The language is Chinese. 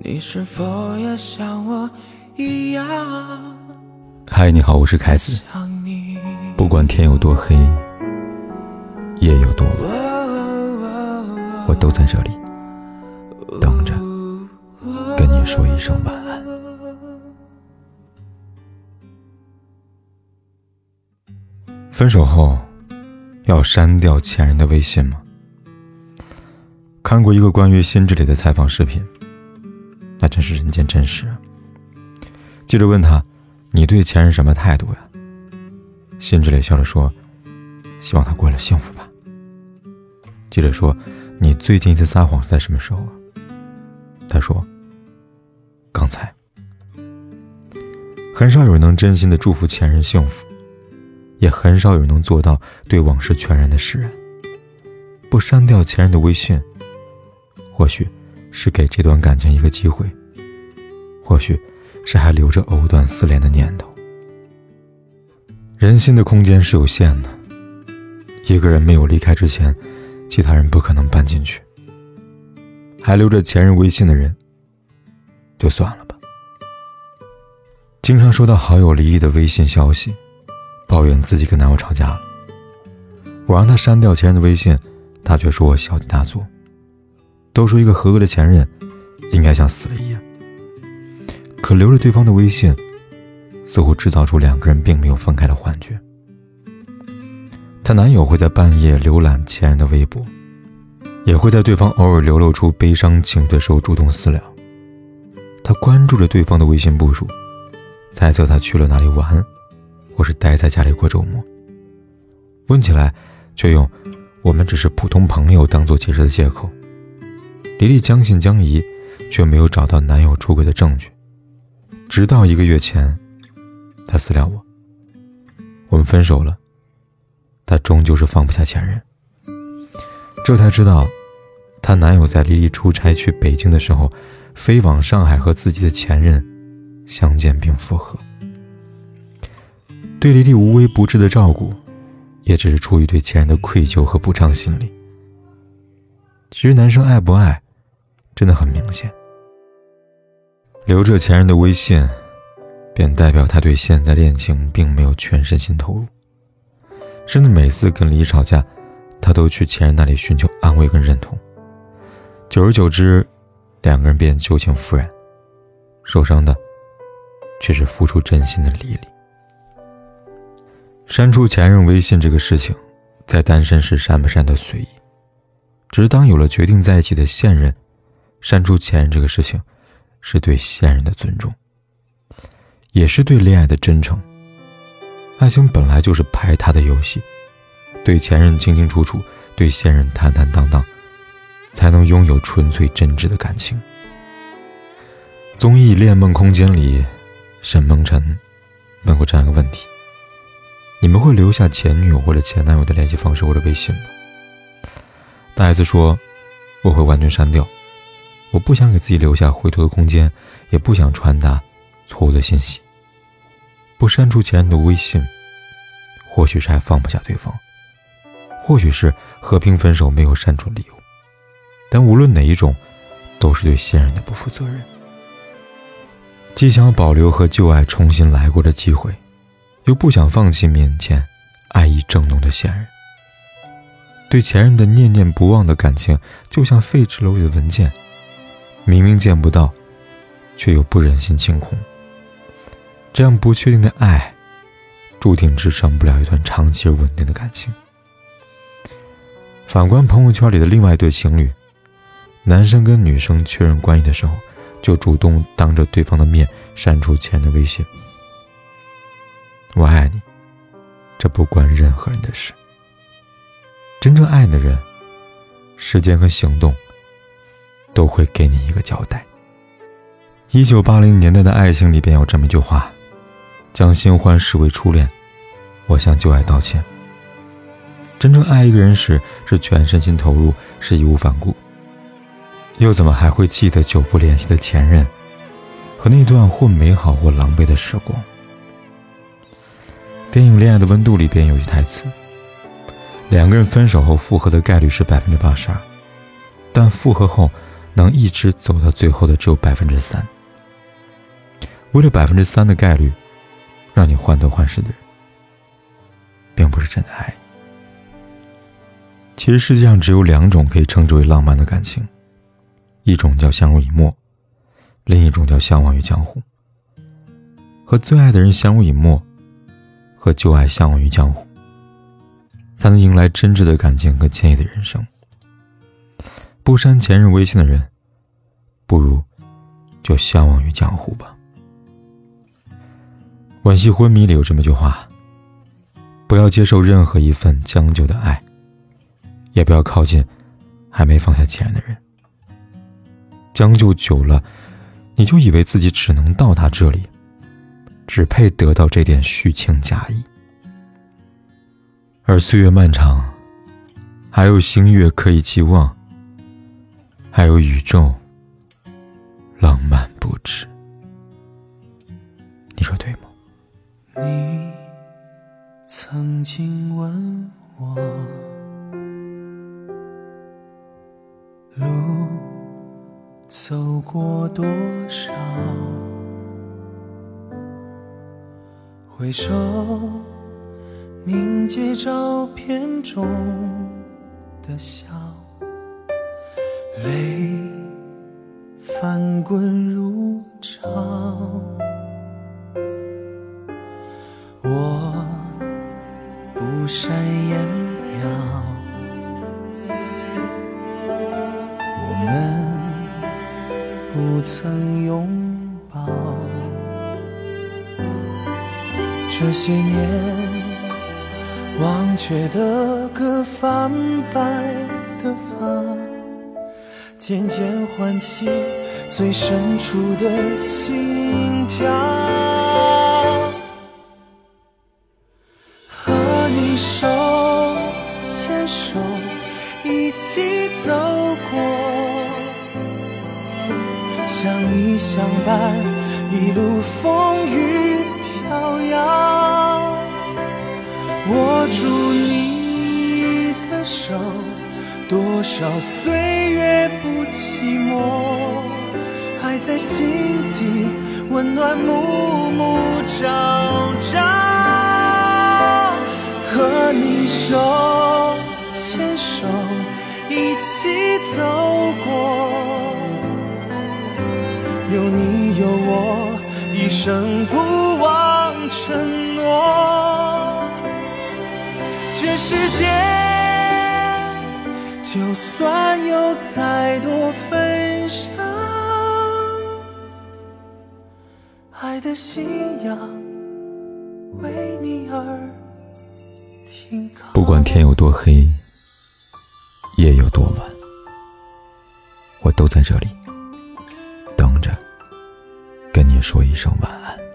你是否也像我一样？ 嗨，你好，我是凯子。不管天有多黑，夜有多晚，我都在这里等着跟你说一声晚安。分手后要删掉前任的微信吗？看过一个关于辛芷蕾的采访视频，那真是人间真实啊。记者问他，你对前任什么态度呀？辛芷蕾笑着说，希望他过了幸福吧。记者说，你最近一次撒谎是在什么时候啊？他说，刚才。很少有人能真心的祝福前任幸福，也很少有人能做到对往事全然的释然。不删掉前任的微信，或许是给这段感情一个机会，或许是还留着藕断丝连的念头。人心的空间是有限的，一个人没有离开之前，其他人不可能搬进去。还留着前任微信的人，就算了吧。经常收到好友离异的微信消息，抱怨自己跟男友吵架了。我让他删掉前任的微信，他却说我小题大做。都说一个合格的前任应该像死了一样，可留着对方的微信，似乎制造出两个人并没有分开的幻觉。她男友会在半夜浏览前任的微博，也会在对方偶尔流露出悲伤情绪的时候主动私聊。她关注着对方的微信步数，猜测他去了哪里玩，或是待在家里过周末。问起来却用我们只是普通朋友当作解释的借口。李丽将信将疑，却没有找到男友出轨的证据。直到1个月前，她私聊我们分手了，她终究是放不下前任。这才知道，她男友在李丽出差去北京的时候，飞往上海和自己的前任相见并复合。对李丽无微不至的照顾，也只是出于对前任的愧疚和补偿心理。其实男生爱不爱真的很明显，留着前任的微信，便代表他对现在恋情并没有全身心投入，甚至每次跟李吵架，他都去前任那里寻求安慰跟认同。久而久之，两个人便旧情复燃，受伤的却是付出真心的李丽。删除前任微信这个事情，在单身时删不删都随意，只是当有了决定在一起的现任，删除前任这个事情，是对现任的尊重，也是对恋爱的真诚。爱情本来就是排他的游戏，对前任清清楚楚，对现任坦坦荡荡，才能拥有纯粹真挚的感情。综艺《恋梦空间》里，沈梦辰问过这样一个问题，你们会留下前女友或者前男友的联系方式或者微信吗？大 S 说，我会完全删掉，我不想给自己留下回头的空间，也不想传达错误的信息。不删除前任的微信，或许是还放不下对方，或许是和平分手没有删除理由，但无论哪一种，都是对现任的不负责任。既想保留和旧爱重新来过的机会，又不想放弃面前爱意正浓的现任。对前任的念念不忘的感情，就像废纸篓里的文件，明明见不到，却又不忍心清空。这样不确定的爱，注定支撑不了一段长期而稳定的感情。反观朋友圈里的另外一对情侣，男生跟女生确认关系的时候，就主动当着对方的面删除前任的微信。我爱你，这不关任何人的事。真正爱你的人，时间和行动都会给你一个交代。1980年代的爱情里边有这么一句话，将新欢视为初恋，我向旧爱道歉。真正爱一个人时，是全身心投入，是义无反顾，又怎么还会记得久不联系的前任和那段或美好或狼狈的时光？电影《恋爱的温度》里边有句台词，两个人分手后复合的概率是82%，但复合后能一直走到最后的只有3%。为了3%的概率，让你患得患失的人，并不是真的爱你。其实世界上只有2种可以称之为浪漫的感情，一种叫相濡以沫，另一种叫相忘于江湖。和最爱的人相濡以沫，和旧爱相忘于江湖，才能迎来真挚的感情和惬意的人生。不删前任微信的人，不如就相忘于江湖吧。惋惜昏迷里有这么句话：不要接受任何一份将就的爱，也不要靠近还没放下前任的人。将就久了，你就以为自己只能到达这里，只配得到这点虚情假意。而岁月漫长，还有星月可以寄望，还有宇宙浪漫不止。你说对吗？ 你曾经问我，路走过多少，回首凝结照片中的笑，泪翻滚如潮。我不善言表，我们不曾拥抱，这些年忘却的歌，泛白的发，渐渐唤起最深处的心跳。和你手牵手一起走过，相依相伴，一路风雨飘摇。握住你的手，多少岁月不寂寞，还在心底温暖暮暮朝朝。和你手牵手一起走过，有你有我，一生不忘承诺。这世界就算有再多纷扰，爱的信仰为你而停靠。 不管天有多黑，夜有多晚，我都在这里等着跟你说一声晚安。